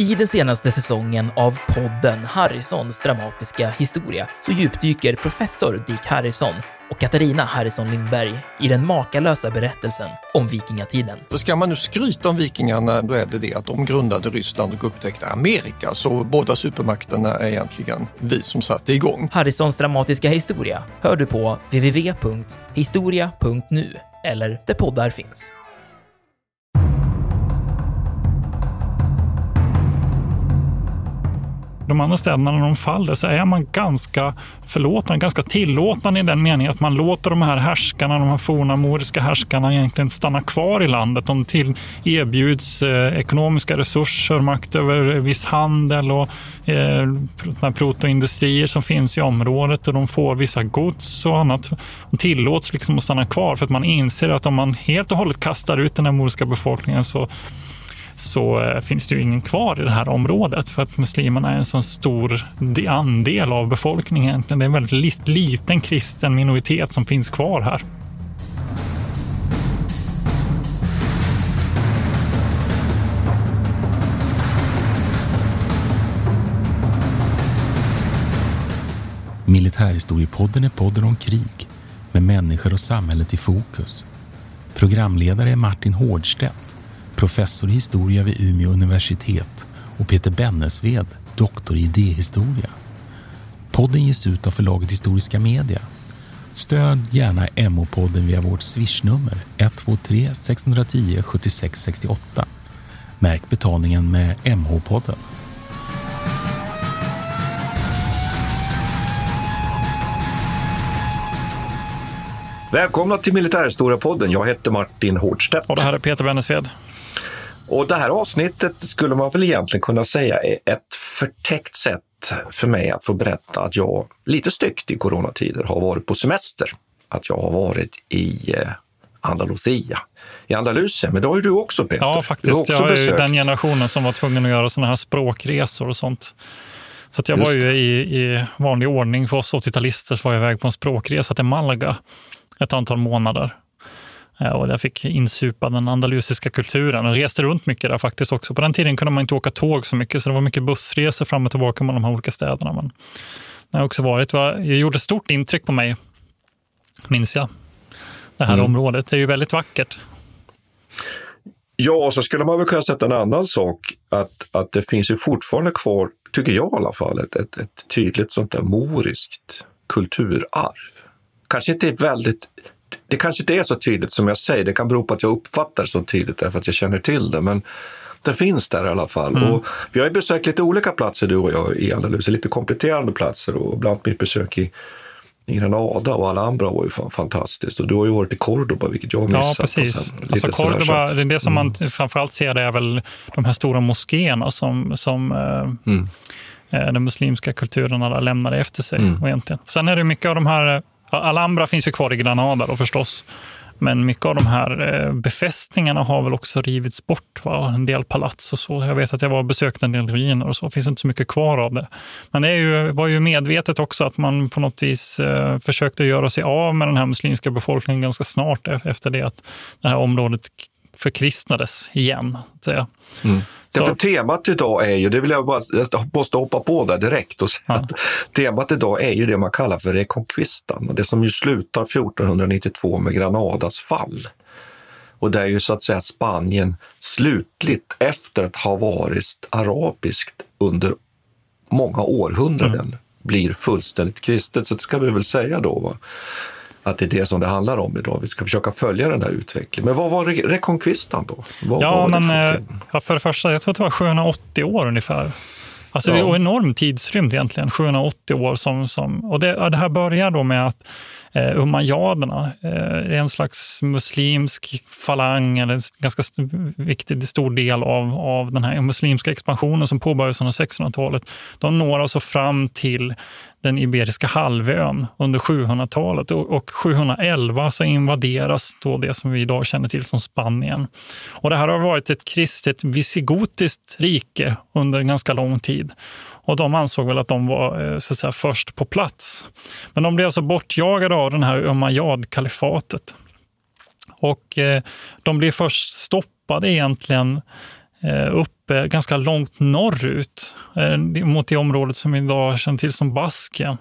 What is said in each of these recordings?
I den senaste säsongen av podden Harrisons dramatiska historia så djupdyker professor Dick Harrison och Katarina Harrison Lindberg i den makalösa berättelsen om vikingatiden. För ska man nu skryta om vikingarna, då är det att de grundade Ryssland och upptäckte Amerika. Så båda supermakterna är egentligen vi som satte igång. Harrisons dramatiska historia hör du på www.historia.nu eller där poddar finns. De andra städerna, när de faller, så är man ganska förlåtande, ganska tillåtande i den meningen att man låter de här härskarna, de här forna moriska härskarna egentligen stanna kvar i landet. De erbjuds ekonomiska resurser, makt över viss handel och protoindustrier som finns i området, och de får vissa gods och annat. De tillåts liksom att stanna kvar för att man inser att om man helt och hållet kastar ut den här moriska befolkningen så finns det ju ingen kvar i det här området, för att muslimerna är en sån stor andel av befolkningen. Det är en väldigt liten kristen minoritet som finns kvar här. Militärhistoriepodden är podden om krig med människor och samhället i fokus. Programledare är Martin Hårdstedt, professor i historia vid Umeå universitet, och Peter Bennesved, doktor i idéhistoria. Podden ges ut av förlaget Historiska Media. Stöd gärna MH-podden via vårt swishnummer 123 610 76 68. Märk betalningen med MH-podden. Välkomna till Militärhistoriepodden. Jag heter Martin Hårdstedt. Och det här är Peter Bennesved. Och det här avsnittet skulle man väl egentligen kunna säga är ett förtäckt sätt för mig att få berätta att jag lite styggt i coronatider har varit på semester. Att jag har varit i Andalusia, i Andalusien. Men då har ju du också, Peter. Ja, faktiskt. Jag är ju den generationen som var tvungen att göra såna här språkresor och sånt. Så att jag var ju i vanlig ordning för oss 80-talister, så var jag iväg på en språkresa till Malaga ett antal månader. Och jag fick insupa den andalusiska kulturen och reste runt mycket där faktiskt också. På den tiden kunde man inte åka tåg så mycket, så det var mycket bussresor fram och tillbaka mellan de här olika städerna. Men jag har också varit, jag gjorde stort intryck på mig, minns jag. Det här området, det är ju väldigt vackert. Ja, så skulle man väl kunna sätta en annan sak, att det finns ju fortfarande kvar, tycker jag i alla fall, ett tydligt sånt där moriskt kulturarv. Det kanske inte är så tydligt som jag säger. Det kan bero på att jag uppfattar så tydligt därför att jag känner till det. Men det finns där i alla fall. Och vi har ju besökt lite olika platser, du och jag, i Andalusien. Lite kompletterande platser. Och bland annat mitt besök i Granada och Alhambra var ju fantastiskt. Och du har ju varit i Cordoba, vilket jag har missat. Ja, precis. Alltså Cordoba, det som man framförallt ser, det är väl de här stora moskéerna som den muslimska kulturen där lämnade efter sig. Egentligen. Sen är det mycket av de här, Alhambra finns ju kvar i Granada då förstås, men mycket av de här befästningarna har väl också rivits bort, en del palats och så. Jag vet att jag var och besökte en del ruiner och så, finns inte så mycket kvar av det. Men det var ju medvetet också att man på något vis försökte göra sig av med den här muslimska befolkningen ganska snart efter det att det här området förkristnades igen, så att säga. För temat idag är ju, jag måste hoppa på där direkt och säga att temat idag är ju det man kallar för Reconquistan, det som ju slutar 1492 med Granadas fall. Och det är ju så att säga Spanien slutligt, efter att ha varit arabiskt under många århundraden, blir fullständigt kristet. Så det ska vi väl säga då, va? Att det är det som det handlar om idag. Vi ska försöka följa den där utvecklingen. Men vad var Reconquistan då? För det första, jag tror att det var 780 år ungefär. Alltså det är en enorm tidsrymd egentligen, 780 år och det här börjar då med att Umayyaderna är en slags muslimsk falang, eller en ganska viktig stor del av den här muslimska expansionen som påbörjades under 1600-talet. De når alltså fram till den Iberiska halvön under 700-talet, och 711 så invaderas då det som vi idag känner till som Spanien. Och det här har varit ett kristet visigotiskt rike under en ganska lång tid. Och de ansåg väl att de var så att säga först på plats. Men de blev alltså bortjagade av den här Umayyad-kalifatet. Och de blev först stoppade egentligen uppe ganska långt norrut mot det området som idag känns till som Baskien.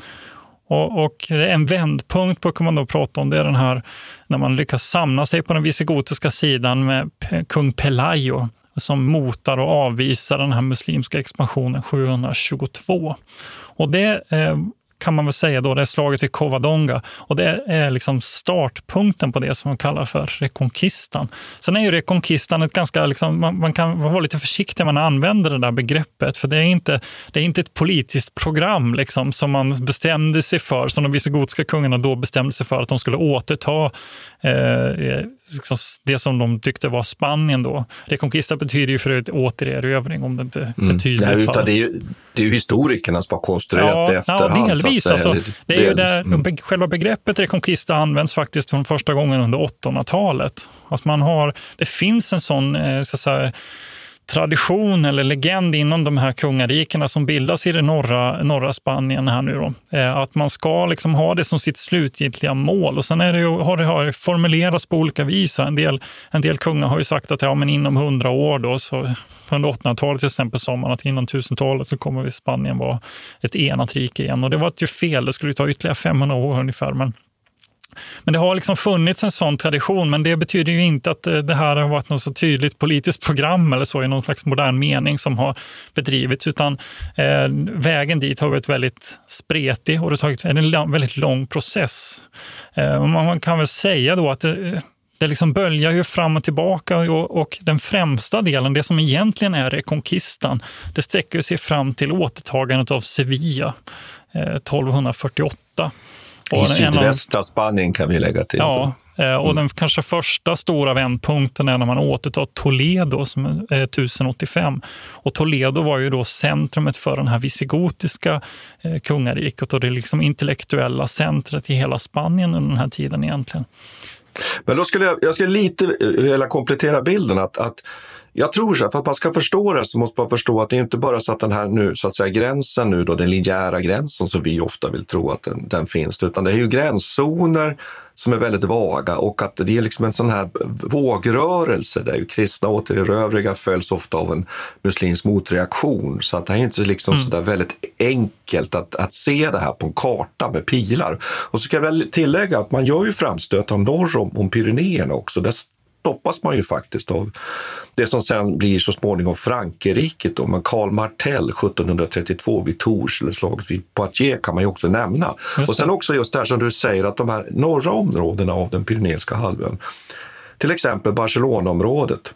Och en vändpunkt brukar man då prata om, det är den här när man lyckas samla sig på den visigotiska sidan med kung Pelayo som motar och avvisar den här muslimska expansionen 722. Och det kan man väl säga då, det är slaget vid Covadonga, och det är liksom startpunkten på det som man kallar för rekonkistan. Sen är ju rekonkistan ett ganska, liksom, man kan vara lite försiktig när man använder det där begreppet, för det är inte ett politiskt program liksom, som man bestämde sig för, som de visigotiska kungarna då bestämde sig för att de skulle återta liksom det som de tyckte var Spanien då. Rekonkista betyder ju för ett återerövring, om det inte betyder det. Utan det är ju historikerna som har konstruerat det efterhand. Ja, delvis. Alltså, det är ju där själva begreppet rekonkista används faktiskt från första gången under 800-talet. Alltså det finns en sån så att säga, tradition eller legend inom de här kungarikena som bildas i det norra Spanien här nu då, att man ska liksom ha det som sitt slutgiltiga mål, och sen är det ju, har det formulerats på olika vis. En del kungar har ju sagt att men inom 100 år då, så under 1800-talet till exempel sa man att innan 1000-talet så kommer Spanien vara ett enat rike igen, och det var ju fel, det skulle ta ytterligare 500 år ungefär, men det har liksom funnits en sån tradition, men det betyder ju inte att det här har varit något så tydligt politiskt program eller så i någon slags modern mening som har bedrivits, utan vägen dit har varit väldigt spretig och det har tagit en väldigt lång process. Man kan väl säga då att det liksom böljar ju fram och tillbaka, och den främsta delen, det som egentligen är rekonkistan, det sträcker sig fram till återtagandet av Sevilla 1248. I sydvästra Spanien kan vi lägga till. Ja, och den kanske första stora vändpunkten är när man återtar Toledo som är 1085. Och Toledo var ju då centrumet för den här visigotiska kungariket och det liksom intellektuella centret i hela Spanien under den här tiden egentligen. Men då skulle jag skulle lite vilja komplettera bilden att jag tror så här, för att man ska förstå det så måste man förstå att det är inte bara så att den här nu, så att säga, gränsen nu då, den linjära gränsen som vi ofta vill tro att den finns, utan det är ju gränszoner som är väldigt vaga, och att det är liksom en sån här vågrörelse där ju kristna återerövringar följs ofta av en muslimsk motreaktion, så att det är inte liksom så där väldigt enkelt att se det här på en karta med pilar. Och så ska jag väl tillägga att man gör ju framstöt om norr om Pyrenéerna också, där stoppas man ju faktiskt av det som sen blir så småningom Frankrike då, men Karl Martel 1732 vid Tours, eller slaget vid Poitiers kan man ju också nämna. Och sen också just det här som du säger, att de här norra områdena av den Pyreneiska halvön, till exempel Barcelona-området,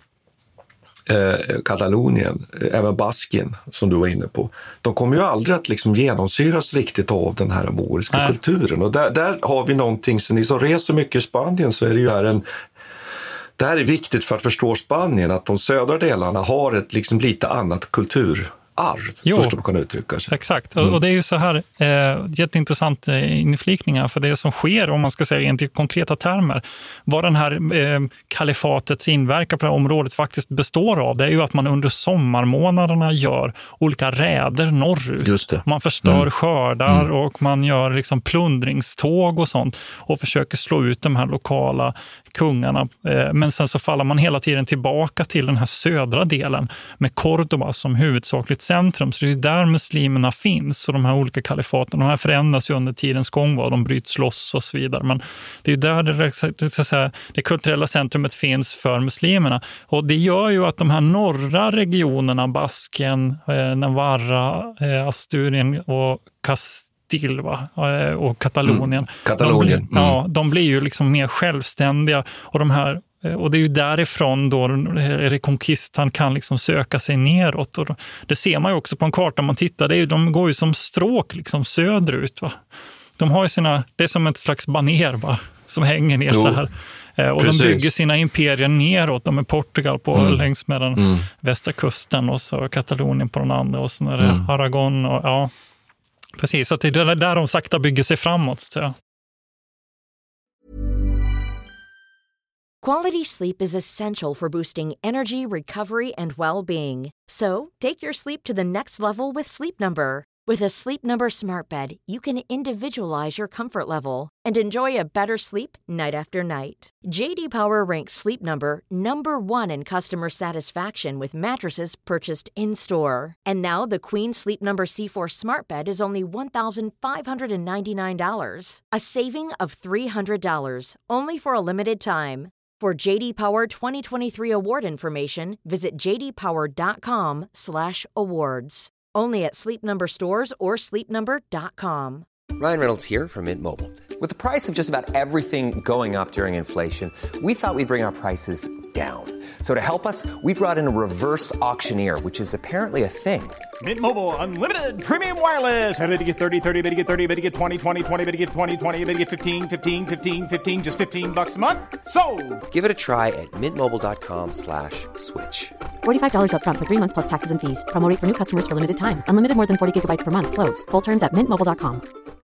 Katalonien, även Baskien som du var inne på, de kommer ju aldrig att liksom genomsyras riktigt av den här moriska kulturen. Och där har vi någonting, så ni som reser mycket i Spanien så är det ju här det här är viktigt för att förstå Spanien, att de södra delarna har ett liksom lite annat kulturarv, så ska man kunna uttrycka sig. Exakt, och det är ju så här jätteintressant inflikningar, för det som sker, om man ska säga i konkreta termer, vad den här kalifatets inverkan på det här området faktiskt består av, det är ju att man under sommarmånaderna gör olika räder norrut. Just det. Man förstör skördar och man gör liksom plundringståg och sånt och försöker slå ut de här lokala kungarna, men sen så faller man hela tiden tillbaka till den här södra delen med Córdoba som huvudsakligt centrum, så det är där muslimerna finns, och de här olika kalifaten, de här förändras ju under tidens gång, de bryts loss och så vidare, men det är där det kulturella centrumet finns för muslimerna, och det gör ju att de här norra regionerna, Baskien, Navarra, Asturien och och Katalonien. De blir ju liksom mer självständiga, och det är ju därifrån då rekonkistan kan liksom söka sig neråt, och det ser man ju också på en karta man tittar, de går ju som stråk liksom söderut, va. De har ju det är som ett slags baner, va, som hänger ner så här. Och precis. De bygger sina imperier neråt. De är Portugal längs med den västra kusten, och så Katalonien på den andra, och sen är det Aragon och precis, så att det är där de sakta bygger sig framåt. Så. Quality sleep is essential for boosting energy, recovery, and well-being. So, take your sleep to the next level with Sleep Number. With a Sleep Number Smart Bed, you can individualize your comfort level and enjoy a better sleep night after night. JD Power ranks Sleep Number #1 in customer satisfaction with mattresses purchased in-store. And now the Queen Sleep Number C4 Smart Bed is only $1,599, a saving of $300, only for a limited time. For JD Power 2023 award information, visit jdpower.com/awards. Only at Sleep Number stores or sleepnumber.com. Ryan Reynolds here from Mint Mobile. With the price of just about everything going up during inflation, we thought we'd bring our prices down. So to help us, we brought in a reverse auctioneer, which is apparently a thing. Mint Mobile Unlimited Premium Wireless. How to get 30, 30, bit to get 30, bit to get 20, 20, 20, bit to get 20, 20, bit to get 15, 15, 15, 15, just $15 a month? Sold! Give it a try at mintmobile.com/switch. $45 up front for 3 months plus taxes and fees. Promo rate for new customers for limited time. Unlimited more than 40 gigabytes per month. Slows full terms at mintmobile.com.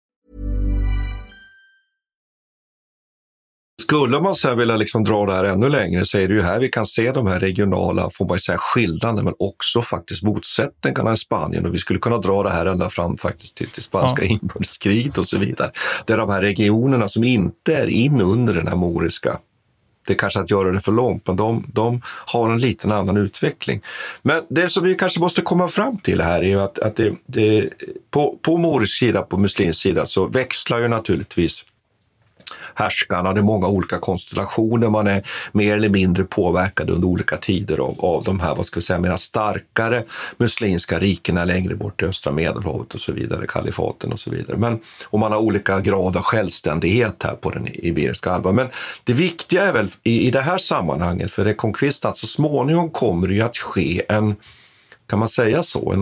Skulle man sen vilja liksom dra det här ännu längre så är det ju här vi kan se de här regionala, får man säga, skillnaderna, men också faktiskt motsättningarna i Spanien, och vi skulle kunna dra det här ända fram faktiskt till spanska inbördeskriget och så vidare. Det är de här regionerna som inte är in under den här moriska. Det är kanske att göra det för långt, men de har en liten annan utveckling. Men det som vi kanske måste komma fram till här är ju att det på morisk sida, på muslimsk sida, så växlar ju naturligtvis härskarna. Det är många olika konstellationer. Man är mer eller mindre påverkad under olika tider av de här, vad ska jag säga, mer starkare muslimska rikena längre bort i östra Medelhavet och så vidare, kalifaten och så vidare. Och man har olika grad av självständighet här på den iberiska halvön. Men det viktiga är väl i det här sammanhanget för Reconquista att så småningom kommer det ju att ske en, kan man säga så,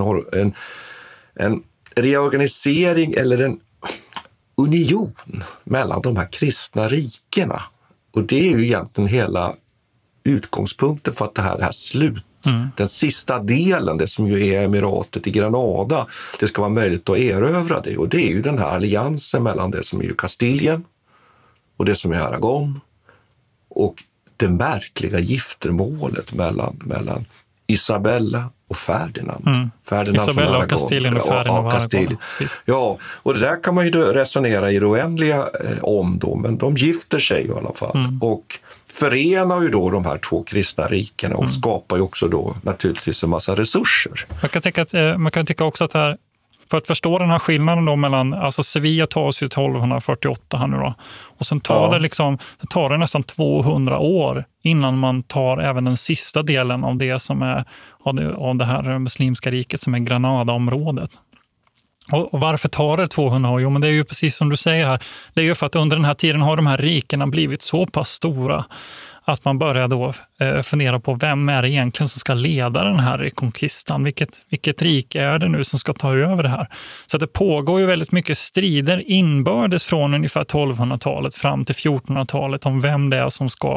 en reorganisering eller en union mellan de här kristna rikena. Och det är ju egentligen hela utgångspunkten för att det här den sista delen, det som ju är emiratet i Granada, det ska vara möjligt att erövra det. Och det är ju den här alliansen mellan det som är ju Kastilien och det som är Aragon och det märkliga giftermålet mellan Isabella och Ferdinand. Isabella och Kastilien och Ferdinand och Aragon. Ja, och det där kan man ju resonera i det oändliga om då, men de gifter sig i alla fall. Och förenar ju då de här två kristna rikena och skapar ju också då naturligtvis en massa resurser. Man kan tycka också att här, för att förstå den här skillnaden då mellan, alltså Sevilla tas ju 1248 här nu då, och sen tar det nästan 200 år innan man tar även den sista delen av det som är av det här muslimska riket som är Granada-området. Och varför tar det 200 år? Jo, men det är ju precis som du säger här. Det är ju för att under den här tiden har de här rikena blivit så pass stora att man börjar då fundera på vem är det egentligen som ska leda den här rekonkistan? Vilket rike är det nu som ska ta över det här? Så det pågår ju väldigt mycket strider inbördes från ungefär 1200-talet fram till 1400-talet om vem det är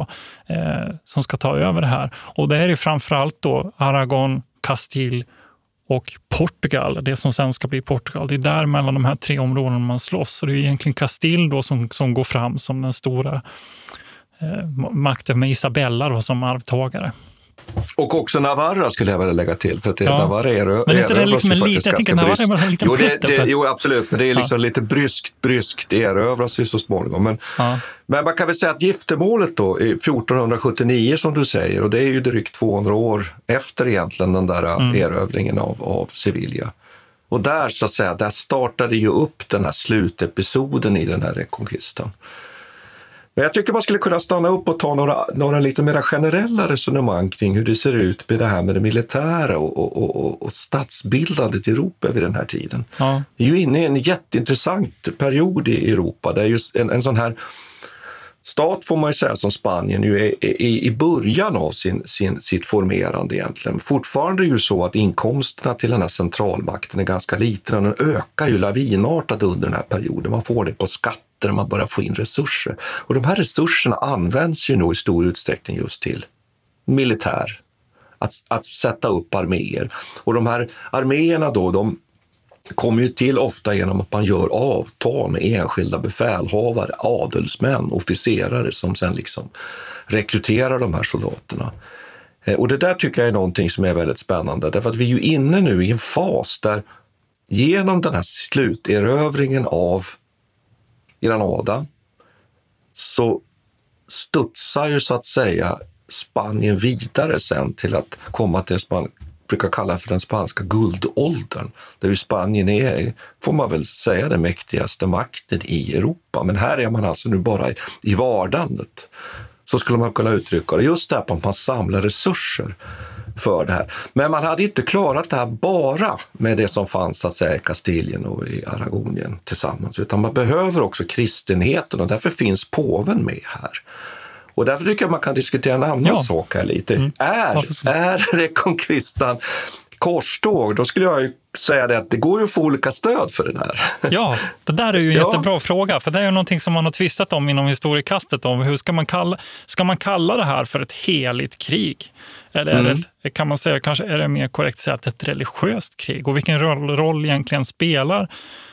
som ska ta över det här. Och det är ju framförallt då Aragon, Castile och Portugal, det som sen ska bli Portugal. Det är där mellan de här tre områdena man slåss. Så det är egentligen Castile då som går fram som den stora makten med Isabella då som arvtagare. Och också Navarra skulle jag vilja lägga till, för att Navarra är... Men inte det liksom en liten, jag tänker Navarra är bara en liten plätt. Jo, absolut, men det är liksom lite bryskt erövras ju så småningom. Men man kan väl säga att giftermålet då är 1479 som du säger, och det är ju drygt 200 år efter egentligen den där erövringen av Sevilla. Och där så att säga, där startade ju upp den här slutepisoden i den här rekonkistan. Men jag tycker man skulle kunna stanna upp och ta några lite mer generella resonemang kring hur det ser ut med det här med det militära och statsbildandet i Europa vid den här tiden. Ja. Vi är ju inne i en jätteintressant period i Europa där just en sån här stat, får man ju säga, som Spanien ju är i början av sitt formerande egentligen. Fortfarande är det ju så att inkomsterna till den här centralmakten är ganska liten. Den ökar ju lavinartat under den här perioden. Man får det på skatter, man börjar få in resurser. Och de här resurserna används ju nog i stor utsträckning just till militär. Att sätta upp arméer. Och de här arméerna då, de kommer ju till ofta genom att man gör avtal med enskilda befälhavare, adelsmän, officerare som sen liksom rekryterar de här soldaterna. Och det där tycker jag är någonting som är väldigt spännande, därför att vi är ju inne nu i en fas där genom den här sluterövringen av Granada så studsar ju så att säga Spanien vidare sen till att komma till det man brukar kalla för den spanska guldåldern. Där ju Spanien är, får man väl säga, den mäktigaste makten i Europa. Men här är man alltså nu bara i vardandet. Så skulle man kunna uttrycka det. Just där att man samlar resurser för det här. Men man hade inte klarat det här bara med det som fanns så att säga i Kastilien och i Aragonien tillsammans. Utan man behöver också kristenheten och därför finns påven med här. Och därför tycker jag man kan diskutera en annan sak här lite. Är Reconquistan korståg? Då skulle jag ju säga det att det går ju att få olika stöd för det där. Ja, det där är ju en jättebra fråga. För det är ju någonting som man har tvistat om inom historiekastet. Om hur ska man kalla det här för ett heligt krig? Eller är det, kan man säga, kanske är det mer korrekt att säga att ett religiöst krig? Och vilken roll egentligen spelar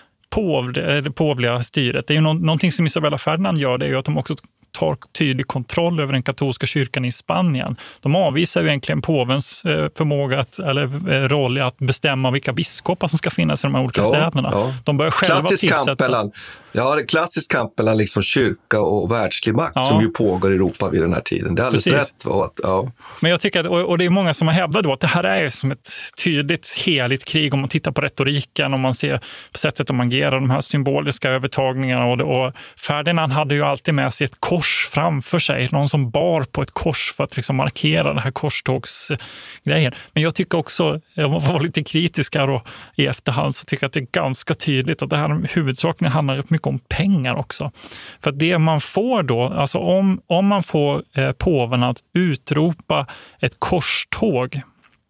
det påvliga styret? Det är ju någonting som Isabella Ferdinand gör, det är ju att de också tar tydlig kontroll över den katolska kyrkan i Spanien. De avvisar ju egentligen påvens förmåga eller roll i att bestämma vilka biskopar som ska finnas i de här olika städerna. Ja. De börjar själva tillsätta. Klassisk kamp mellan liksom kyrka och världslig makt som ju pågår i Europa vid den här tiden. Det är alldeles rätt. Men jag tycker att, och det är många som har hävdat då att det här är som ett tydligt heligt krig om man tittar på retoriken, om man ser på sättet de agerar, de här symboliska övertagningarna och Ferdinand hade ju alltid med sig ett kors framför sig, någon som bar på ett kors för att liksom markera det här korstågsgrejen. Men jag tycker också, jag var lite kritisk här och i efterhand så tycker jag att det är ganska tydligt att det här huvudsakligen handlar mycket om pengar också. För att det man får då, alltså om man får påven att utropa ett korståg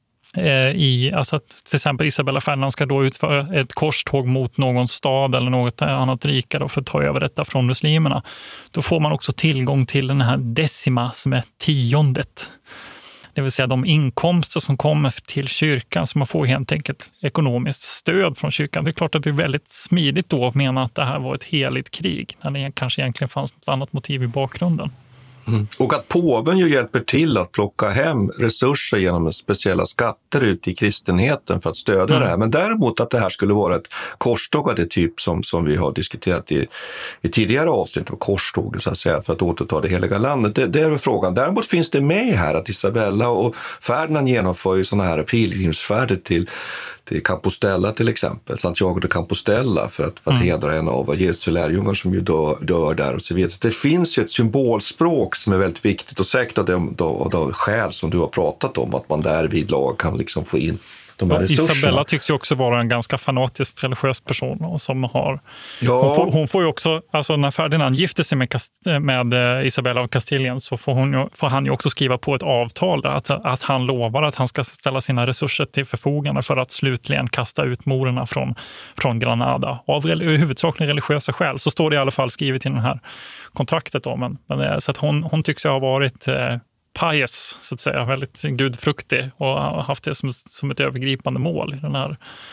alltså att till exempel Isabella Ferdinand ska då utföra ett korståg mot någon stad eller något annat rike då för att ta över detta från muslimerna. Då får man också tillgång till den här decima som är tiondet. Det vill säga de inkomster som kommer till kyrkan, så man får helt enkelt ekonomiskt stöd från kyrkan. Det är klart att det är väldigt smidigt då att mena att det här var ett heligt krig, när det kanske egentligen fanns något annat motiv i bakgrunden. Och att påven ju hjälper till att plocka hem resurser genom speciella skatter ut i kristenheten för att stödja det här. Men däremot att det här skulle vara ett korståg av det typ som vi har diskuterat i tidigare avsnitt av korståg så att säga, för att återta det heliga landet. Det är väl frågan. Däremot finns det med här att Isabella och Ferdinand genomför ju sådana här pilgrimsfärder till Compostela till exempel, Santiago de Compostela för att hedra en av Jesu lärjungar som ju dör där och så vidare. Så det finns ju ett symbolspråk som är väldigt viktigt och säkert av skäl som du har pratat om, att man där vid lag kan liksom få in de här resurserna. Isabella tycks ju också vara en ganska fanatisk religiös person och som har... Hon får ju också, alltså när Ferdinand gifter sig med Isabella av Kastilien så får han ju också skriva på ett avtal där, att han lovar att han ska ställa sina resurser till förfogande för att slutligen kasta ut morerna från Granada. Av huvudsakligen religiösa skäl så står det i alla fall skrivet i den här kontraktet då, men så att hon tycks ju ha varit... pious, så att säga, väldigt gudfruktig och har haft det som ett övergripande mål i den här,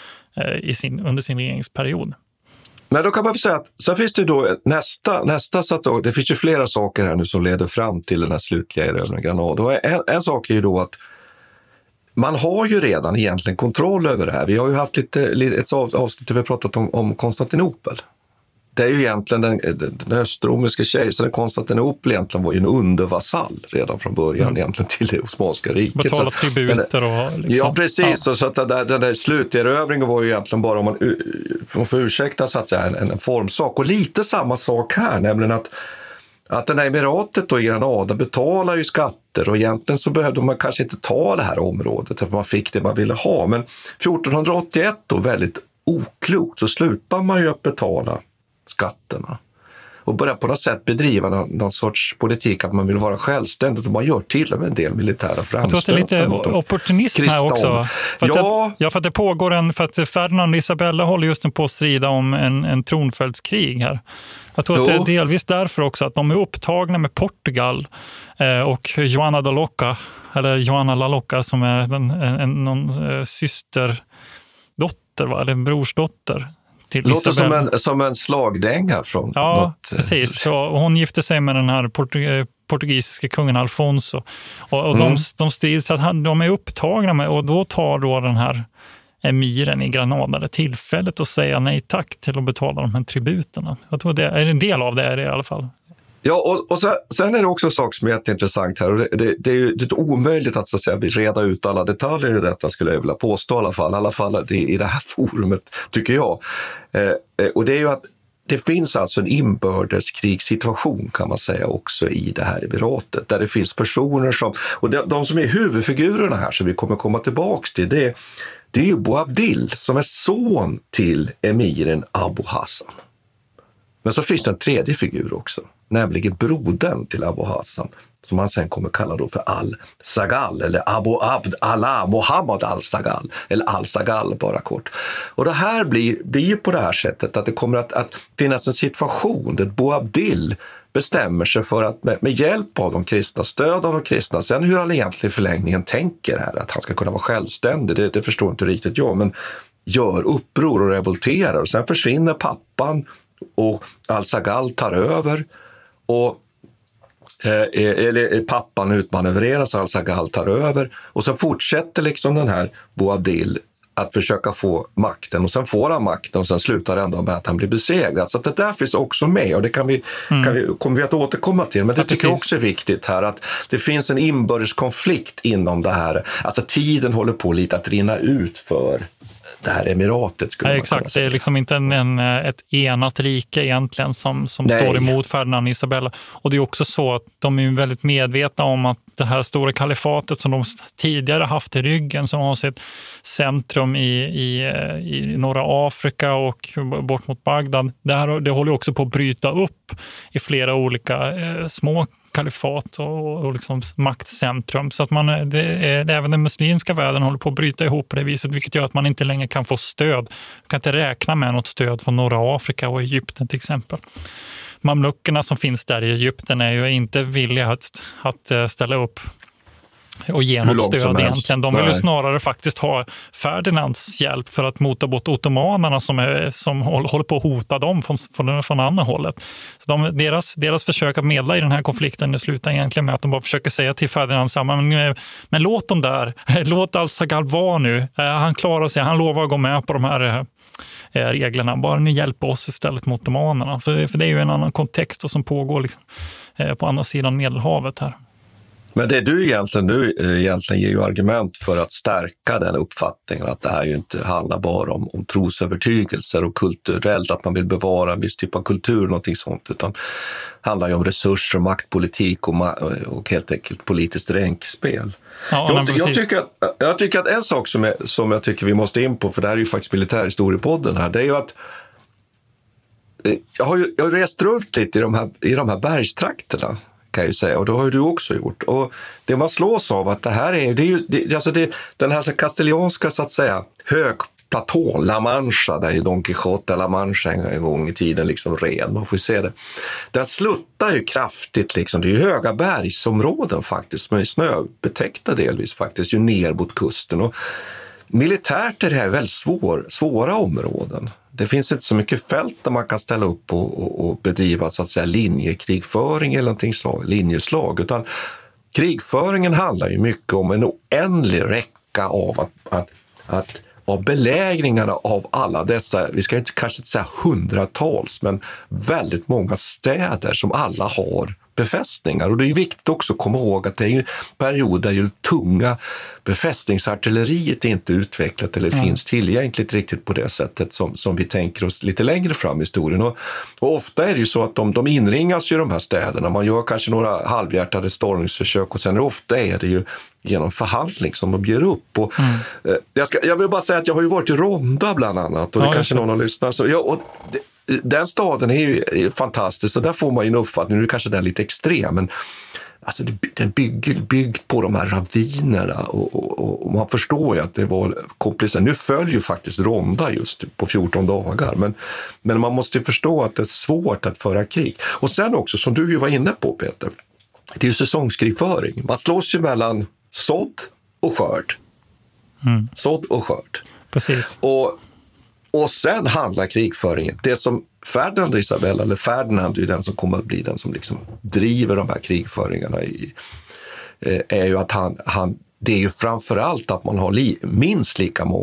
under sin regeringsperiod. Men då kan man säga att så finns det då nästa sak, det finns ju flera saker här nu som leder fram till den här slutliga erövringen av Granada. Och en sak är ju då att man har ju redan egentligen kontroll över det här. Vi har ju haft ett avsnitt där vi har pratat om Konstantinopel. Det är ju egentligen den östromerska kejsaren Konstantinopel egentligen var ju en undervasall redan från början egentligen till det Osmanska riket. Betala tributer och liksom. Ja, precis. Ja. Så att den där sluterövringen var ju egentligen bara, om man får ursäkta så att säga, en formsak. Och lite samma sak här, nämligen att den här emiratet då i Granada betalar ju skatter och egentligen så behövde man kanske inte ta det här området för man fick det man ville ha. Men 1481 då, väldigt oklokt, så slutar man ju att betala skatterna och börjar på något sätt bedriva någon sorts politik att man vill vara självständig och man gör till och med en del militära framstötar. Jag tror att det är lite opportunism här också. För att det pågår för att Ferdinand och Isabella håller just nu på att strida om en tronföljdskrig här. Jag tror att det är delvis därför också att de är upptagna med Portugal och Joana da Loca, eller Joana la Loca som är någon systerdotter, eller en brorsdotter. Låter som en slagdänga från något. Precis. Så hon gifte sig med den här portugisiska kungen Alfonso. Och de strids så att de är upptagna med, och då tar då den här emiren i Granada det tillfället att säga nej tack till att betala de här tributerna. Jag tror det är en del av det är det i alla fall. Ja, och sen är det också en sak som är jätteintressant här. Och det är ju omöjligt att, så att säga, reda ut alla detaljer i detta, skulle jag vilja påstå i alla fall i det här forumet, tycker jag. Och det är ju att det finns alltså en inbördeskrigssituation, kan man säga, också i det här emiratet. Där det finns personer som, och de som är huvudfigurerna här som vi kommer komma tillbaka till, det är ju Boabdil som är son till emiren Abu Hassan. Men så finns det en tredje figur också, nämligen brodern till Abu Hassan, som man sen kommer kalla då för Al-Sagal, eller Abu Abd Allah Muhammad Al-Sagal, eller Al-Sagal bara kort. Och det här blir ju på det här sättet att det kommer att finnas en situation där Boabdil bestämmer sig för att med hjälp av de kristna, stöd av de kristna, sen hur han egentligen i förlängningen tänker här, att han ska kunna vara självständig, det förstår inte riktigt jag, men gör uppror och revolterar, och sen försvinner pappan och Al-Sagal tar över, och eller pappan utmanövreras, Al-Sagal tar över, och så fortsätter liksom den här Boabdil att försöka få makten, och sen får han makten och sen slutar ändå med att han blir besegrad. Så att det där finns också med, och det kommer vi att återkomma till. Men det tycker jag också är viktigt här, att det finns en inbördeskonflikt inom det här. Alltså tiden håller på lite att rinna ut för det här emiratet, skulle man exakt, det är liksom inte ett enat rike egentligen som står emot Ferdinand och Isabella. Och det är också så att de är väldigt medvetna om att det här stora kalifatet som de tidigare haft i ryggen, som har sitt centrum i norra Afrika och bort mot Bagdad, det håller också på att bryta upp i flera olika små kalifat och liksom maktcentrum. Så att även den muslimska världen håller på att bryta ihop på det viset, vilket gör att man inte längre kan få stöd. Man kan inte räkna med något stöd från norra Afrika och Egypten till exempel. Mamlukerna som finns där i Egypten är ju inte villiga att ställa upp och ge något stöd egentligen. De vill ju snarare faktiskt ha Ferdinands hjälp för att mota bort ottomanerna som håller på att hota dem från andra hållet. Så deras försök att medla i den här konflikten slutar egentligen med att de bara försöker säga till Ferdinand men låt dem där, låt Al-Sagal vara nu. Han klarar sig, han lovar att gå med på de här reglerna. Bara ni hjälper oss istället mot ottomanerna. För det är ju en annan kontext och som pågår liksom, på andra sidan Medelhavet här. Men det du egentligen ger ju argument för att stärka den uppfattningen att det här ju inte handlar bara om trosövertygelser och kulturellt, att man vill bevara en viss typ av kultur och någonting sånt, utan handlar ju om resurser, maktpolitik och helt enkelt politiskt ränkspel. Ja, jag tycker att en sak som jag tycker vi måste in på, för det här är ju faktiskt militärhistoriepodden här, det är ju att jag har rest runt lite i de här bergstrakterna, kan jag ju säga, och det har ju du också gjort. Och det man slås av att det här är den här kastilianska, så att säga, högplatån, La Mancha, där ju Don Quixote La Mancha en gång i tiden liksom red, man får ju se det. Den sluttar ju kraftigt liksom, det är ju höga bergsområden faktiskt, som är snöbetäckta delvis faktiskt, ju ner mot kusten, och militärt är det här väldigt svåra områden. Det finns inte så mycket fält där man kan ställa upp och bedriva, så att säga, linjekrigföring eller någonting linjeslag, utan krigföringen handlar ju mycket om en oändlig räcka av belägringarna av alla dessa, vi ska kanske inte säga hundratals, men väldigt många städer som alla har befästningar. Och det är ju viktigt också att komma ihåg att det är ju perioder ju tunga befästningsartilleriet är inte utvecklat eller finns tillgängligt riktigt på det sättet som vi tänker oss lite längre fram i historien. Och ofta är det ju så att de inringas ju, de här städerna. Man gör kanske några halvhjärtade stormningsförsök, och sen ofta är det ju genom förhandling som de ger upp. Och, jag vill bara säga att jag har ju varit i Ronda bland annat, och det kanske någon har lyssnat. Så den staden är ju fantastisk, och där får man ju en uppfattning, nu är kanske den lite extrem, men alltså den byggd på de här ravinerna, och man förstår ju att det var komplicerat. Nu följer ju faktiskt Ronda just på 14 dagar, men man måste ju förstå att det är svårt att föra krig. Och sen också, som du ju var inne på, Peter, det är ju säsongskrigföring. Man slåss ju mellan sådd och skörd. Sådd och skörd. Precis. Och sen handlar krigföringen, det som Ferdinand och Isabella, eller Ferdinand är ju den som kommer att bli den som liksom driver de här krigföringarna är ju att det är ju framförallt att man har minst lika många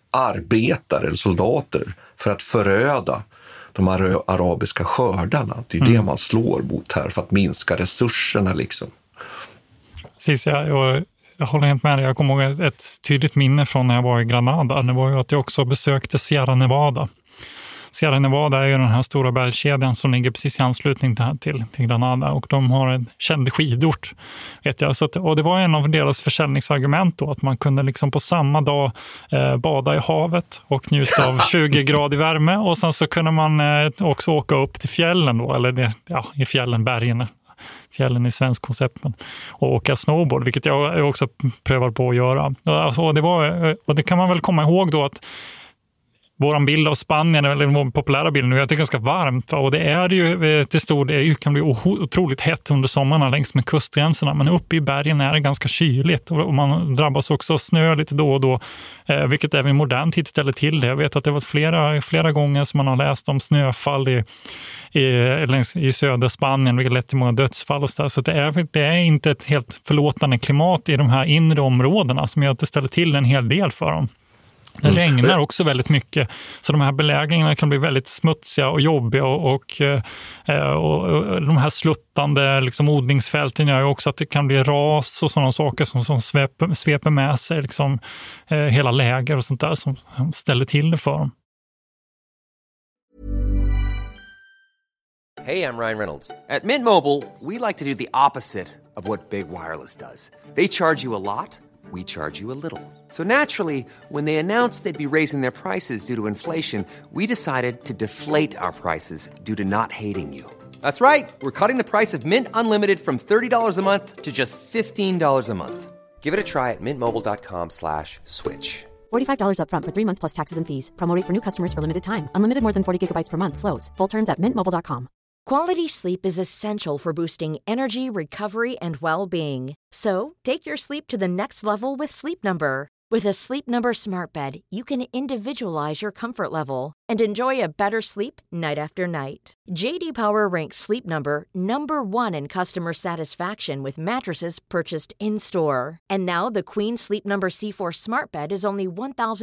arbetare eller soldater för att föröda de arabiska skördarna. Det är det man slår mot här för att minska resurserna liksom. Precis, jag håller helt med dig. Jag kommer ihåg ett tydligt minne från när jag var i Granada. Det var ju att jag också besökte Sierra Nevada. Sierra Nevada är ju den här stora bergskedjan som ligger precis i anslutning till Granada, och de har en känd skidort, vet jag. Så att, och det var en av deras försäljningsargument då, att man kunde liksom på samma dag bada i havet och njuta av 20 grader värme, och sen så kunde man också åka upp till fjällen då, eller i fjällen, bergen. Fjällen i svensk koncept, och åka snowboard, vilket jag också prövar på att göra. Och det kan man väl komma ihåg då, att våran bild av Spanien, eller vår populära bild nu, är att det är ganska varmt. Och det är ju till stor del, kan bli otroligt hett under sommarna längs med kustgränserna. Men uppe i bergen är det ganska kyligt. Och man drabbas också av snö lite då och då. Vilket även i modern tid ställer till det. Jag vet att det var flera gånger som man har läst om snöfall i södra Spanien, vilket lett till många dödsfall och så det är inte ett helt förlåtande klimat i de här inre områdena som gör att det ställer till en hel del för dem. Det regnar också väldigt mycket, så de här belägringarna kan bli väldigt smutsiga och jobbiga, och de här sluttande liksom odlingsfälten gör ju också att det kan bli ras och sådana saker som sveper med sig liksom, hela läger och sånt där som ställer till det för dem. Hey, I'm Ryan Reynolds. At Mint Mobile, we like to do the opposite of what Big Wireless does. They charge you a lot. We charge you a little. So naturally, when they announced they'd be raising their prices due to inflation, we decided to deflate our prices due to not hating you. That's right. We're cutting the price of Mint Unlimited from $30 a month to just $15 a month. Give it a try at mintmobile.com/switch. $45 up front for 3 months plus taxes and fees. Promo rate for new customers for limited time. Unlimited more than 40 gigabytes per month. Slows full terms at mintmobile.com. Quality sleep is essential for boosting energy, recovery, and well-being. So, take your sleep to the next level with Sleep Number. With a Sleep Number smart bed, you can individualize your comfort level and enjoy a better sleep night after night. JD Power ranks Sleep Number #1 in customer satisfaction with mattresses purchased in-store. And now the Queen Sleep Number C4 smart bed is only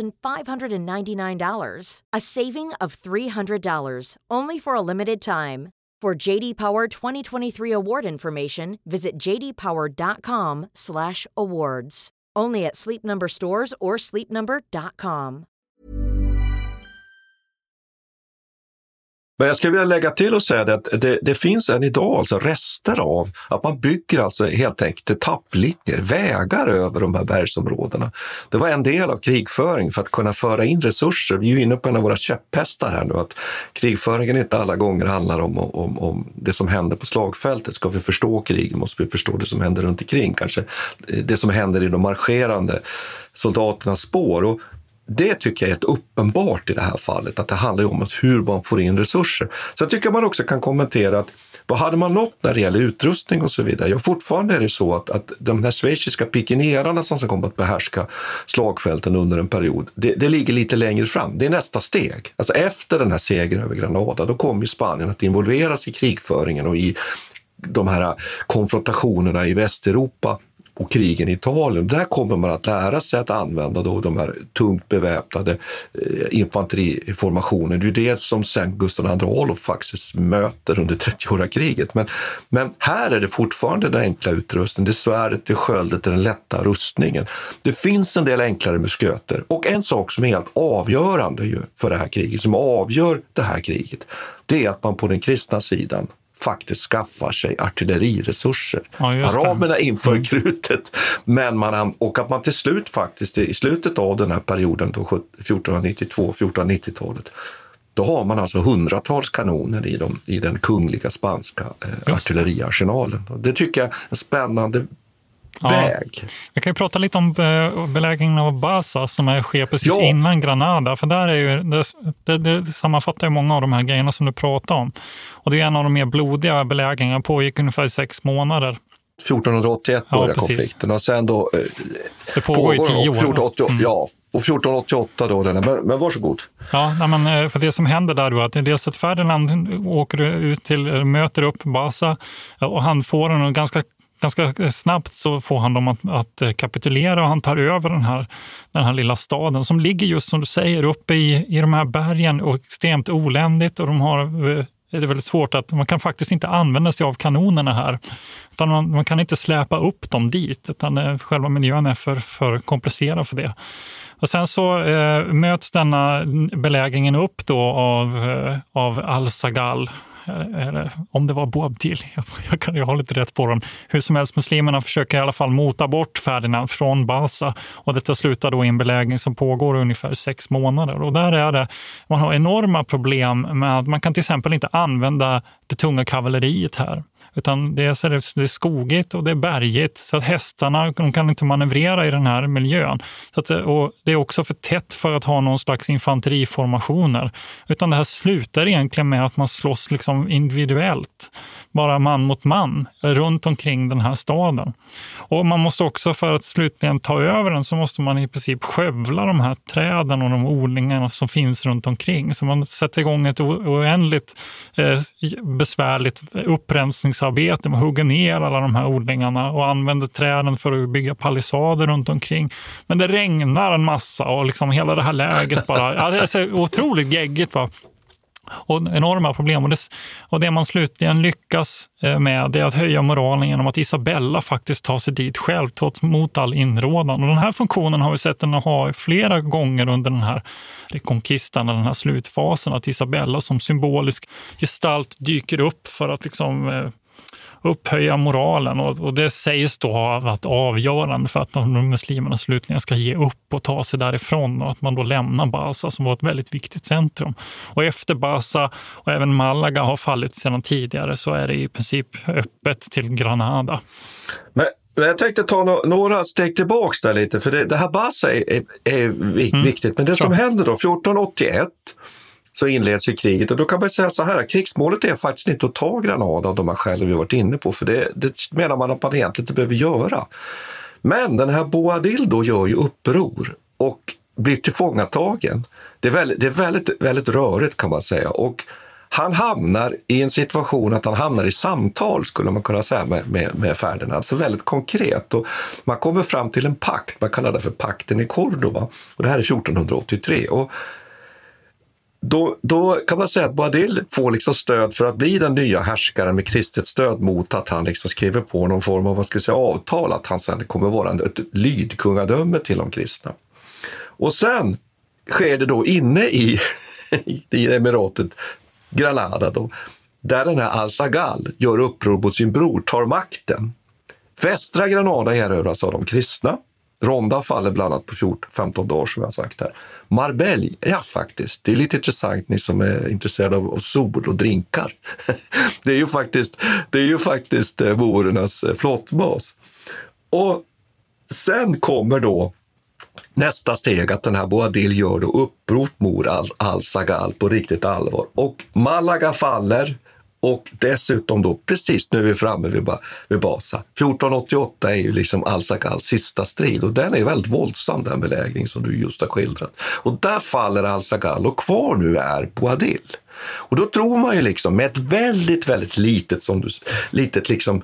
$1,599. A saving of $300, only for a limited time. For JD Power 2023 award information, visit jdpower.com/awards. Only at Sleep Number stores or sleepnumber.com. Men jag skulle vilja lägga till och säga att det finns än idag alltså rester av att man bygger alltså helt enkelt etapplinjer, vägar över de här bergsområdena. Det var en del av krigföring för att kunna föra in resurser. Vi är ju inne på en av våra käpphästar här nu, att krigföringen inte alla gånger handlar om det som händer på slagfältet. Ska vi förstå krig måste vi förstå det som händer runt omkring, kanske det som händer i de marscherande soldaternas spår. Och det tycker jag är ett uppenbart i det här fallet, att det handlar om hur man får in resurser. Så jag tycker man också kan kommentera att vad hade man nått när det gäller utrustning och så vidare? Ja, fortfarande är det så att de här schweiziska pikenerarna som kommer att behärska slagfälten under en period, det ligger lite längre fram. Det är nästa steg. Alltså efter den här segern över Granada, då kommer ju Spanien att involveras i krigföringen och i de här konfrontationerna i Västeuropa och krigen i Italien. Där kommer man att lära sig att använda då de här tungt beväpnade infanteriformationer. Det är ju det som sen Gustav II Adolf faktiskt möter under 30-åriga kriget. Men här är det fortfarande den enkla utrustningen. Det är svärdet, det är sköldet, det är den lätta rustningen. Det finns en del enklare musköter. Och en sak som är helt avgörande ju för det här kriget, som avgör det här kriget, det är att man på den kristna sidan faktiskt skaffar sig artilleriresurser. Ja, araberna inför krutet, men och att man till slut faktiskt i slutet av den här perioden då 1492-1490-talet, då har man alltså hundratals kanoner i den kungliga spanska artilleriarsenalen. Det tycker jag är en spännande väg. Jag kan ju prata lite om belägringen av Baza som sker precis innan Granada, för där är ju det sammanfattar ju många av de här grejerna som du pratar om. Och det är en av de mer blodiga belägringarna, pågick ungefär 6 månader. 1481 började konflikten och sen då det pågår i 10 år. 1488, ja, och 1488 då men varsågod. Ja, men för det som händer där då, att dels att Ferdinand åker ut möter upp Baza och han får en ganska ganska snabbt så får han dem att kapitulera, och han tar över den här lilla staden som ligger just som du säger uppe i de här bergen och extremt oländigt, och det är väldigt svårt att man kan faktiskt inte använda sig av kanonerna här. Utan man kan inte släpa upp dem dit, utan själva miljön är för komplicerad för det. Och sen så möts denna belägringen upp då av Al-Sagal, eller om det var Boabdil, jag har lite rätt på den. Hur som helst, muslimerna försöker i alla fall mota bort Ferdinand från Basa, och detta slutar då i en belägring som pågår ungefär 6 månader. Och där är man har enorma problem med att man kan till exempel inte använda det tunga kavalleriet här. Utan det är skogigt och det är bergigt, så att hästarna de kan inte manövrera i den här miljön. Så att, och det är också för tätt för att ha någon slags infanteriformationer. Utan det här slutar egentligen med att man slåss liksom individuellt, bara man mot man, runt omkring den här staden. Och man måste också, för att slutligen ta över den, så måste man i princip skövla de här träden och de odlingarna som finns runt omkring. Så man sätter igång ett oändligt besvärligt upprensningsarbete. Man hugger ner alla de här odlingarna och använder träden för att bygga palissader runt omkring. Men det regnar en massa och liksom hela det här läget bara, det är så otroligt geggigt, va? Och enorma problem. Och det man slutligen lyckas med, det är att höja moralen genom att Isabella faktiskt tar sig dit själv trots mot all inrådan. Och den här funktionen har vi sett den ha flera gånger under den här rekonkistan, den här slutfasen, att Isabella som symbolisk gestalt dyker upp för att liksom upphöja moralen, och det sägs då ha varit avgörande för att de muslimerna slutligen ska ge upp och ta sig därifrån, och att man då lämnar Basa som var ett väldigt viktigt centrum. Och efter Basa och även Malaga har fallit sedan tidigare, så är det i princip öppet till Granada. Men jag tänkte ta några steg tillbaks där lite, för det här Basa är viktigt, men det som händer då 1481 så inleds ju kriget, och då kan man säga så här, krigsmålet är faktiskt inte att ta Granada, de har själva varit inne på, för det menar man att man egentligen inte behöver göra. Men den här Boabdil då gör ju uppror och blir tillfångatagen. Det är väldigt, väldigt rörigt, kan man säga, och han hamnar i en situation att han hamnar i samtal, skulle man kunna säga, med Ferdinand. Så väldigt konkret, och man kommer fram till en pakt, man kallar det för pakten i Córdoba, och det här är 1483, och då kan man säga att Boabdil får liksom stöd för att bli den nya härskaren med kristet stöd, mot att han liksom skriver på någon form av avtal att han sen kommer vara ett lydkungadöme till de kristna. Och sen sker det då inne i emiratet Granada då, där den här Al-Sagal gör uppror mot sin bror, tar makten. Västra Granada erövras av de kristna. Ronda faller bland annat på 15 dagar, som jag har sagt här. Marbella, ja faktiskt, det är lite intressant, ni som är intresserade av sol och drinkar. Det är ju faktiskt Moorernas flottbas. Och sen kommer då nästa steg, att den här Boabdil gör då uppror mot Al-Sagal på riktigt allvar. Och Malaga faller. Och dessutom då, precis nu är vi framme vid Basa. 1488 är ju liksom Al-Sagals sista strid, och den är väldigt våldsam, den belägring som du just har skildrat. Och där faller Al-Sagal, och kvar nu är Boabdil. Och då tror man ju liksom med ett väldigt, väldigt litet liksom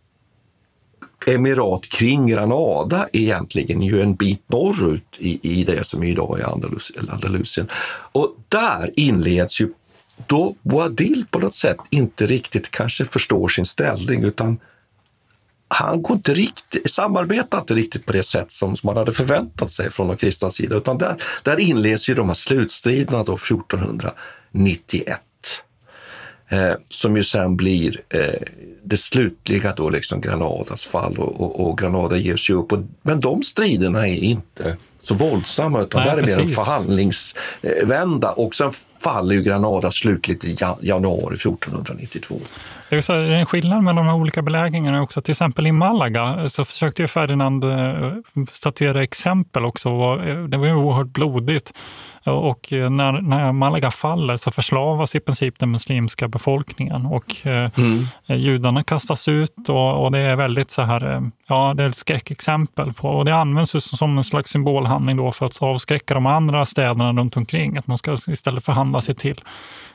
emirat kring Granada, egentligen ju en bit norrut i det som idag är Andalusien. Och där inleds ju då Boabdil på något sätt inte riktigt kanske förstår sin ställning, utan han samarbetar inte riktigt på det sätt som man hade förväntat sig från de kristna sida, utan där inleds ju de här slutstriderna då 1491, som ju sen blir det slutliga då liksom Granadas fall, och Granada ger sig upp, men de striderna är inte så våldsamma, utan där är mer en förhandlingsvända, och sen faller ju Granada slutligt i januari 1492. Det är en skillnad mellan de här olika belägringarna också. Till exempel i Malaga så försökte ju Ferdinand statuera exempel också. Det var ju oerhört blodigt. Och när Malaga faller så förslavas i princip den muslimska befolkningen, och judarna kastas ut, och det är väldigt så här, ja, det är ett skräckexempel på, och det används som en slags symbolhandling då för att avskräcka de andra städerna runt omkring, att man ska istället förhandla sig till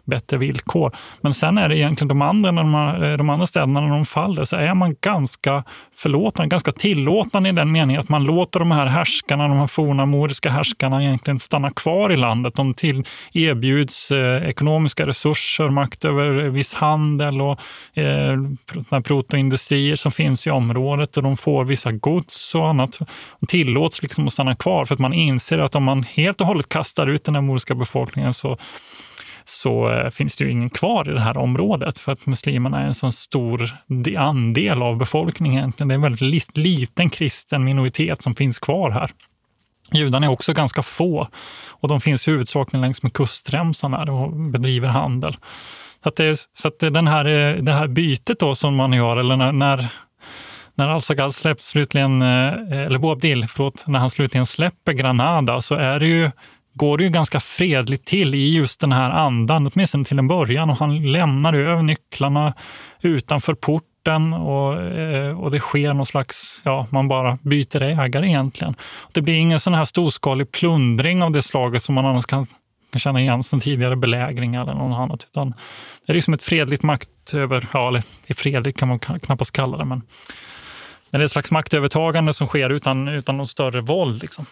bättre villkor. Men sen är det egentligen de andra städerna när de faller så är man ganska förlåtande, ganska tillåtande i den meningen att man låter de här härskarna, de här forna moriska härskarna egentligen stanna kvar i landet. De erbjuds ekonomiska resurser, makt över viss handel och protoindustrier som finns i området och de får vissa gods och annat. De tillåts liksom att stanna kvar för att man inser att om man helt och hållet kastar ut den här moriska befolkningen så finns det ju ingen kvar i det här området för att muslimerna är en sån stor andel av befolkningen. Det är en väldigt liten kristen minoritet som finns kvar här. Judarna är också ganska få och de finns huvudsakligen längs med kustremsan där och bedriver handel. Så att det här bytet då som man gör, eller när Al-Sagal släpps slutligen, eller Boabdil, när han slutligen släpper Granada så går det ju ganska fredligt till i just den här andan, åtminstone till en början, och han lämnar över nycklarna utanför porten och det sker någon slags, man bara byter ägare egentligen. Det blir ingen sån här storskalig plundring av det slaget som man annars kan känna igen som tidigare belägringar eller något annat, utan det är liksom ett fredligt eller fredligt kan man knappast kalla det, men det är ett slags maktövertagande som sker utan någon större våld liksom.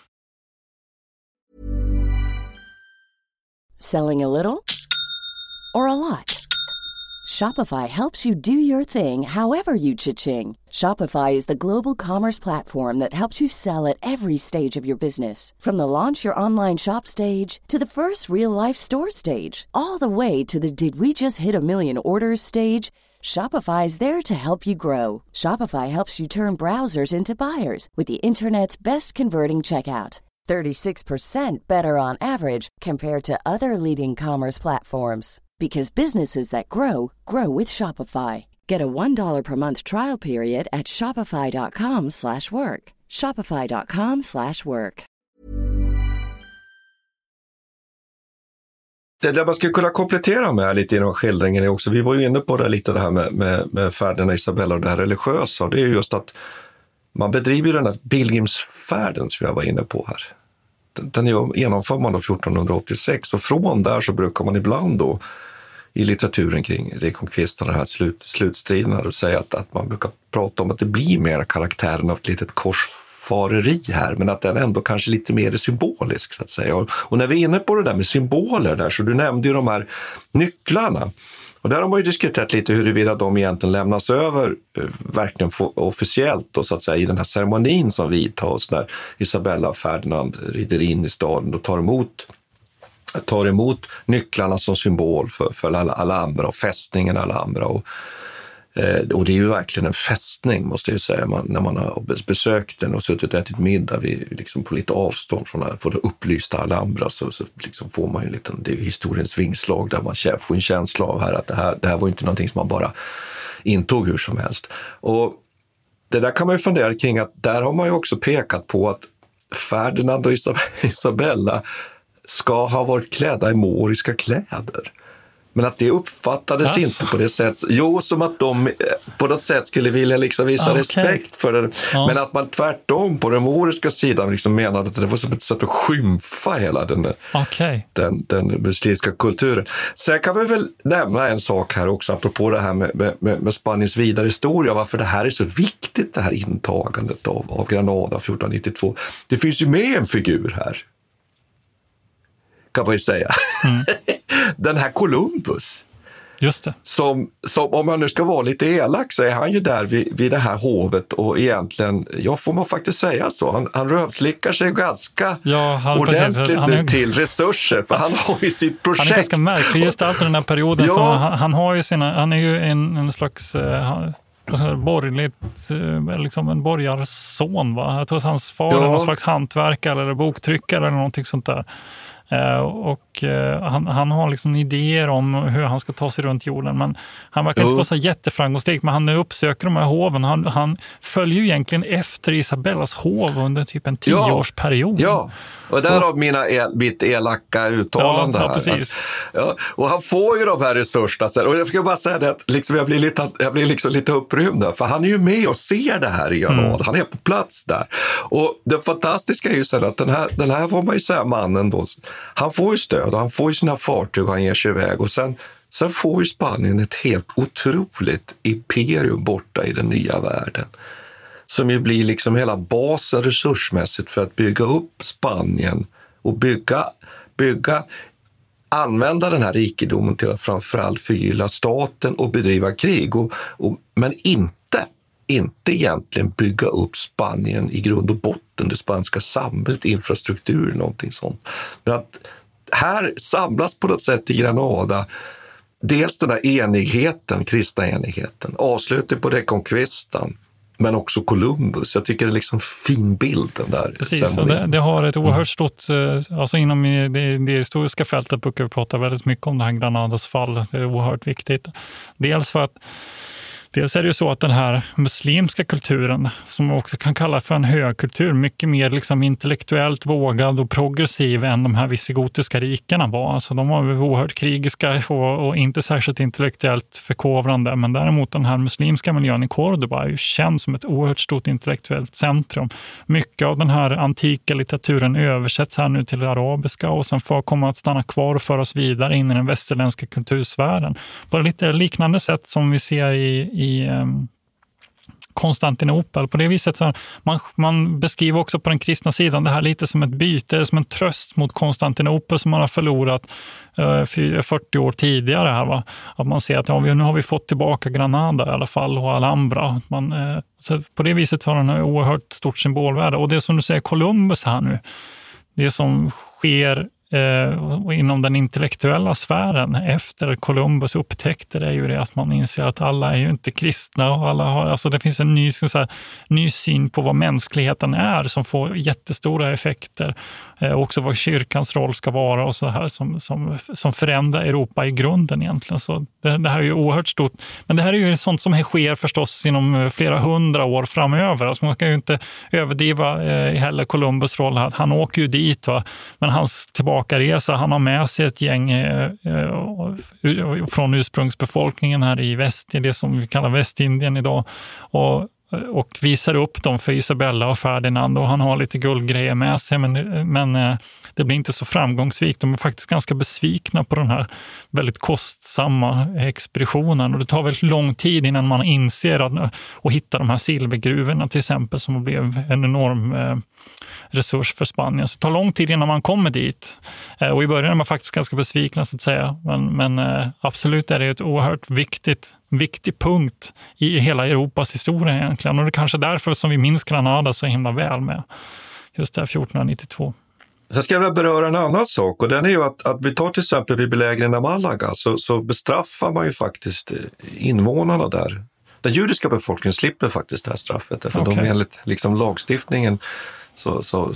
Selling a little or a lot? Shopify helps you do your thing however you cha-ching. Shopify is the global commerce platform that helps you sell at every stage of your business. From the launch your online shop stage to the first real-life store stage, all the way to the did we just hit a million orders stage. Shopify is there to help you grow. Shopify helps you turn browsers into buyers with the internet's best converting checkout. 36% better on average compared to other leading commerce platforms. Because businesses that grow with Shopify. Get a $1 per month trial period at shopify.com/work. Shopify.com/work. Det där man skulle kunna komplettera med lite inom skildringen är också, vi var ju inne på det lite det här med färderna Isabella och det här religiösa. Det är ju just att man bedriver den här pilgrimsfärden som jag var inne på här. Den genomför man då 1486 och från där så brukar man ibland då i litteraturen kring Reconquista, den här slutstriden och säga att man brukar prata om att det blir mer karaktären av ett litet korsfareri här, men att den ändå kanske lite mer är symbolisk så att säga. Och när vi är inne på det där med symboler där, så du nämnde ju de här nycklarna. Och där har man ju diskuterat lite huruvida de egentligen lämnas över verkligen officiellt då, så att säga, i den här ceremonin som vidtas när Isabella och Ferdinand rider in i staden och tar emot nycklarna som symbol för Alhambra och fästningen Alhambra. Och det är ju verkligen en fästning måste jag säga, när man har besökt den och suttit och ätit middag liksom på lite avstånd från det upplysta Alhambra så liksom får man ju det är historiens vingslag där man får en känsla av här att det här var inte någonting som man bara intog hur som helst. Och det där kan man ju fundera kring att där har man ju också pekat på att Ferdinand och Isabella ska ha varit klädda i moriska kläder. Men att det uppfattades inte på det sätt, som att de på något sätt skulle vilja liksom visa respekt för det. Ja. Men att man tvärtom på den moriska sidan liksom menade att det var som ett sätt att skymfa hela den muslimska kulturen. Sen kan vi väl nämna en sak här också apropå det här med Spaniens vidare historia, varför det här är så viktigt, det här intagandet av Granada 1492. Det finns ju med en figur här, kan man ju säga. Den här Columbus. Just det. Som om man nu ska vara lite elak så är han ju där vid det här hovet och egentligen, får man faktiskt säga så, han rövslickar sig ganska ordentligt till resurser, för han har ju sitt projekt. Han är ganska märklig gestalt i den här perioden. Så han har ju han är ju en slags borgerligt, liksom en borgarson, va? Jag tror att hans far är någon slags hantverkare eller boktryckare eller någonting sånt där. Och han har liksom idéer om hur han ska ta sig runt jorden, men han verkar inte vara så jätteframgångsrik, men han uppsöker de här hoven. Han följer ju egentligen efter Isabellas hov under typ en 10-årsperiod. Ja, och där har mitt elaka uttalande här. Precis. Och han får ju de här resurserna sen. Och jag ska bara säga det att liksom jag blir liksom lite upprymd, för han är ju med och ser det här i Granada. Han är på plats där. Och det fantastiska är ju sen att den här får man ju säga mannen då, han får ju stöd och han får ju sina fartyg och han ger sig iväg. Och sen får ju Spanien ett helt otroligt imperium borta i den nya världen. Som ju blir liksom hela basen resursmässigt för att bygga upp Spanien och använda den här rikedomen till att framförallt förgylla staten och bedriva krig. Men inte egentligen bygga upp Spanien i grund och botten, det spanska samhället, infrastruktur, någonting sånt. Men att här samlas på något sätt i Granada dels den här enigheten, kristna enigheten, avslutet på Reconquistan, men också Columbus. Jag tycker det är liksom fin bild den där. Precis, och det har ett oerhört stort, alltså inom det historiska fältet brukar vi prata väldigt mycket om det här Granadas fall. Det är oerhört viktigt. Dels är det ju så att den här muslimska kulturen, som man också kan kalla för en högkultur, mycket mer liksom intellektuellt vågad och progressiv än de här visigotiska rikena var. Alltså de var oerhört krigiska och inte särskilt intellektuellt förkovrande. Men däremot den här muslimska miljön i Cordoba är ju känd som ett oerhört stort intellektuellt centrum. Mycket av den här antika litteraturen översätts här nu till arabiska och sen kommer att stanna kvar och föras vidare in i den västerländska kultursfären. På lite liknande sätt som vi ser i Konstantinopel. På det viset så man beskriver också på den kristna sidan det här lite som ett byte, som en tröst mot Konstantinopel som man har förlorat 40 år tidigare här, va? Att man ser att nu har vi fått tillbaka Granada i alla fall och Alhambra. Så på det viset har den ett oerhört stort symbolvärde. Och det som du säger, Columbus här nu, det som sker inom den intellektuella sfären efter Columbus upptäckte det är ju det att man inser att alla är ju inte kristna och alla har, alltså det finns en ny syn på vad mänskligheten är som får jättestora effekter, också vad kyrkans roll ska vara och så här som förändrar Europa i grunden egentligen. Så det här är ju oerhört stort, men det här är ju sånt som sker förstås inom flera 100 år framöver. Alltså man ska ju inte överdriva heller Columbus roll här. Han åker ju dit, va? Men hans tillbakaresa, han har med sig ett gäng från ursprungsbefolkningen här i väst, det som vi kallar Västindien idag, och visar upp dem för Isabella och Ferdinand, och han har lite guldgrejer med sig, men det blir inte så framgångsrikt. De är faktiskt ganska besvikna på den här väldigt kostsamma expeditionen, och det tar väldigt lång tid innan man inser och hittar de här silvergruvorna till exempel, som blev en enorm resurs för Spanien. Så det tar lång tid innan man kommer dit, och i början är man faktiskt ganska besvikna så att säga, men absolut är det ett oerhört viktig punkt i hela Europas historia egentligen, och det är kanske därför som vi minns Granada så himla väl med just det här 1492. Sen ska jag beröra en annan sak, och den är ju att vi tar till exempel vid belägringen av Malaga så bestraffar man ju faktiskt invånarna där. Den judiska befolkningen slipper faktiskt det här straffet, för de enligt liksom lagstiftningen så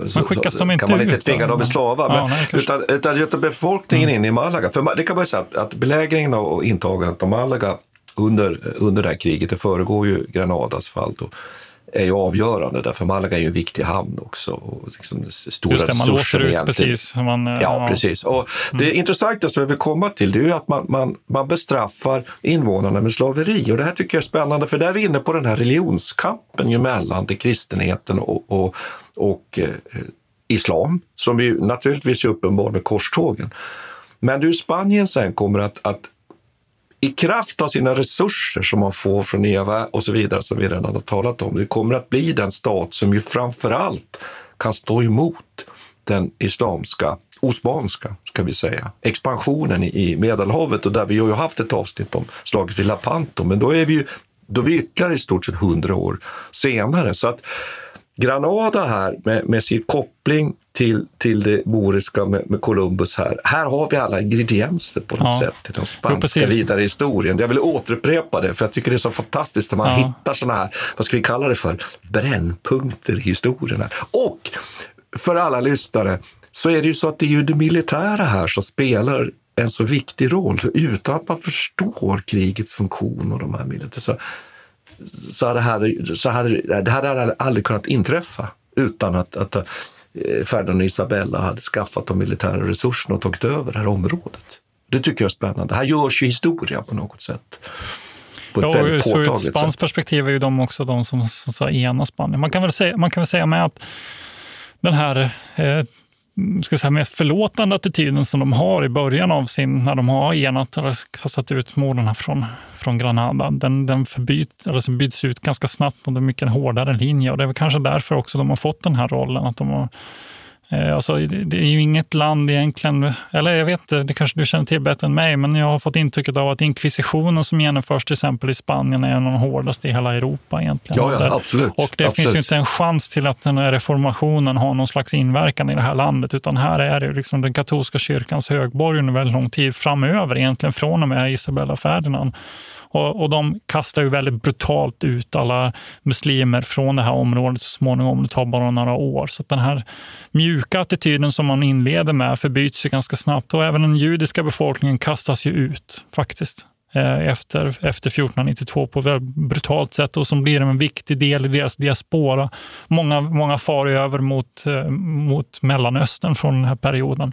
kan man inte tvinga dem att slava. Utan befolkningen in i Malaga. För det kan man säga att belägringen och intagandet av Malaga under det här kriget, det föregår ju Granadas fall då, är ju avgörande, därför Malaga är ju en viktig hamn också, och liksom stora just det, man låser ut egentligen. Precis. Precis. Och det intressanta som jag vill komma till, det är ju att man bestraffar invånarna med slaveri, och det här tycker jag är spännande, för där är vi inne på den här religionskampen ju mellan kristenheten och islam, som ju naturligtvis är uppenbar med korstågen. Men du, Spanien sen kommer att i kraft av sina resurser som man får från EVA och så vidare, som vi redan har talat om, det kommer att bli den stat som ju framförallt kan stå emot den osmanska, ska vi säga, expansionen i Medelhavet, och där vi har ju haft ett avsnitt om slaget vid Lepanto, men då är vi ytterligare i stort sett 100 år senare. Så att Granada här med sin koppling till det moriska med Columbus här har vi alla ingredienser på något sätt till den spanska vidare historien. Jag vill återupprepa det, för jag tycker det är så fantastiskt när man hittar såna här, vad ska vi kalla det för, brännpunkter i historierna. Och för alla lyssnare så är det ju så att det är ju det militära här som spelar en så viktig roll, utan att man förstår krigets funktion och de här militära. Så det hade aldrig kunnat inträffa utan att Ferdinand och Isabella hade skaffat de militära resurserna och tagit över det här området. Det tycker jag är spännande. Här görs ju historia på något sätt. Ur ett spanskt perspektiv är ju de också de som enar Spanien. Man kan väl säga med att den här mer förlåtande attityden som de har i början av när de har enat eller kastat ut morden från Granada, den byts ut ganska snabbt mot en mycket hårdare linje, och det är väl kanske därför också de har fått den här rollen, att de har alltså, det är ju inget land egentligen, eller jag vet inte, det kanske du känner till bättre än mig, men jag har fått intrycket av att inkvisitionen som genomförs till exempel i Spanien är en av de hårdaste i hela Europa egentligen. Ja, absolut. Och det finns ju inte en chans till att den här reformationen har någon slags inverkan i det här landet, utan här är det liksom den katolska kyrkans högborg under väldigt lång tid framöver, egentligen från och med Isabella Ferdinand. Och de kastar ju väldigt brutalt ut alla muslimer från det här området så småningom. Det tar bara några år. Så att den här mjuka attityden som man inleder med förbyts ju ganska snabbt. Och även den judiska befolkningen kastas ju ut faktiskt efter 1492 på ett väldigt brutalt sätt. Och som blir en viktig del i deras diaspora. Många far över mot Mellanöstern från den här perioden.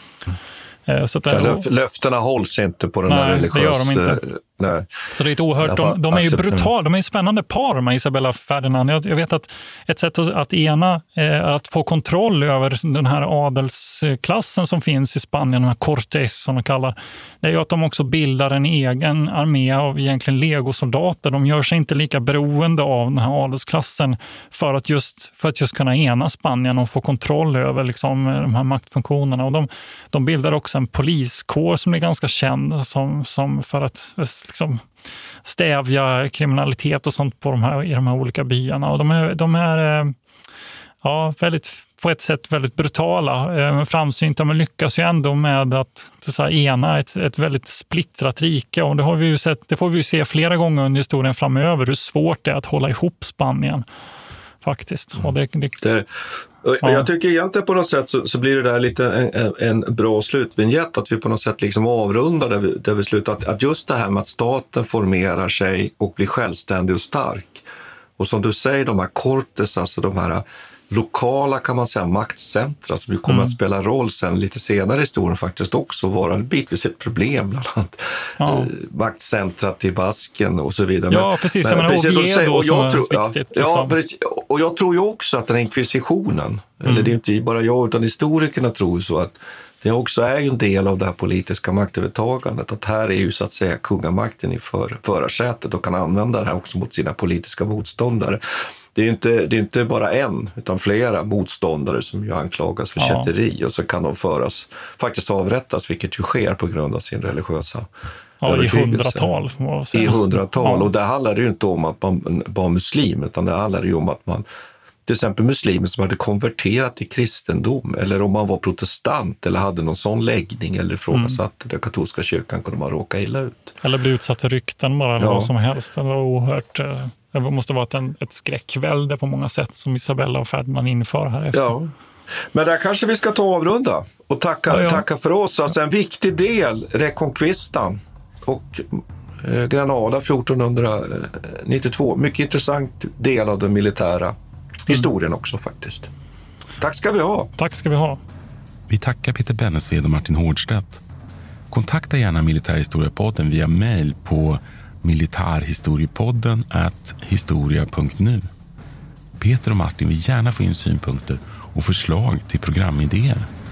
Så att löftena hålls inte på den här religiösa... det gör de inte. Nej. Så det är ett oerhört... De är ju brutala, de är ju spännande par med Isabella Ferdinand. Jag vet att ett sätt att få kontroll över den här adelsklassen som finns i Spanien, de här Cortés som de kallar, det är ju att de också bildar en egen armé av egentligen legosoldater. De gör sig inte lika beroende av den här adelsklassen för att just kunna ena Spanien och få kontroll över liksom de här maktfunktionerna. Och de bildar också en poliskår som är ganska känd som för att liksom stävja kriminalitet och sånt i de här olika byarna. Och de är väldigt, på ett sätt väldigt brutala, men framsynta, men lyckas ju ändå med att ena ett väldigt splittrat rike. Och det får vi ju se flera gånger under historien framöver, hur svårt det är att hålla ihop Spanien faktiskt. Och Jag tycker egentligen på något sätt så blir det där lite en bra slutvinjett, att vi på något sätt liksom avrundar där vi slutar, att just det här med att staten formerar sig och blir självständig och stark. Och som du säger, de här Cortes, alltså de här lokala, kan man säga, maktcentra som ju kommer att spela roll sen lite senare i historien faktiskt också vara bitvis ett problem, bland annat maktcentrat i Basken och så vidare. Ja, precis. Och jag tror ju också att den inkvisitionen, eller det är inte bara jag utan historikerna tror så att det också är en del av det här politiska maktövertagandet, att här är ju så att säga kungamakten i förarsätet och kan använda det här också mot sina politiska motståndare. Det är inte bara en utan flera motståndare som ju anklagas för kätteri, och så kan de faktiskt avrättas, vilket ju sker på grund av sin religiösa övertygelse. I hundratal. Och det handlar ju inte om att man var muslim, utan det handlar ju om att man, till exempel muslimer som hade konverterat till kristendom, eller om man var protestant eller hade någon sån läggning eller ifrågasatte den katolska kyrkan, kunde man råka illa ut. Eller bli utsatt för rykten bara, eller vad som helst. Det var oerhört... Det måste vara ett skräckvälde på många sätt som Isabella och Ferdinand inför här efter. Ja. Men där kanske vi ska ta avrunda och tacka för oss. Alltså en viktig del, Reconquistan och Granada 1492. Mycket intressant del av den militära historien också faktiskt. Tack ska vi ha. Tack ska vi ha. Vi tackar Peter Bennesved och Martin Hårdstedt. Kontakta gärna Militärhistoriepodden via mejl på militarhistoriepodden@historia.nu. Peter och Martin vill gärna få in synpunkter och förslag till programidéer.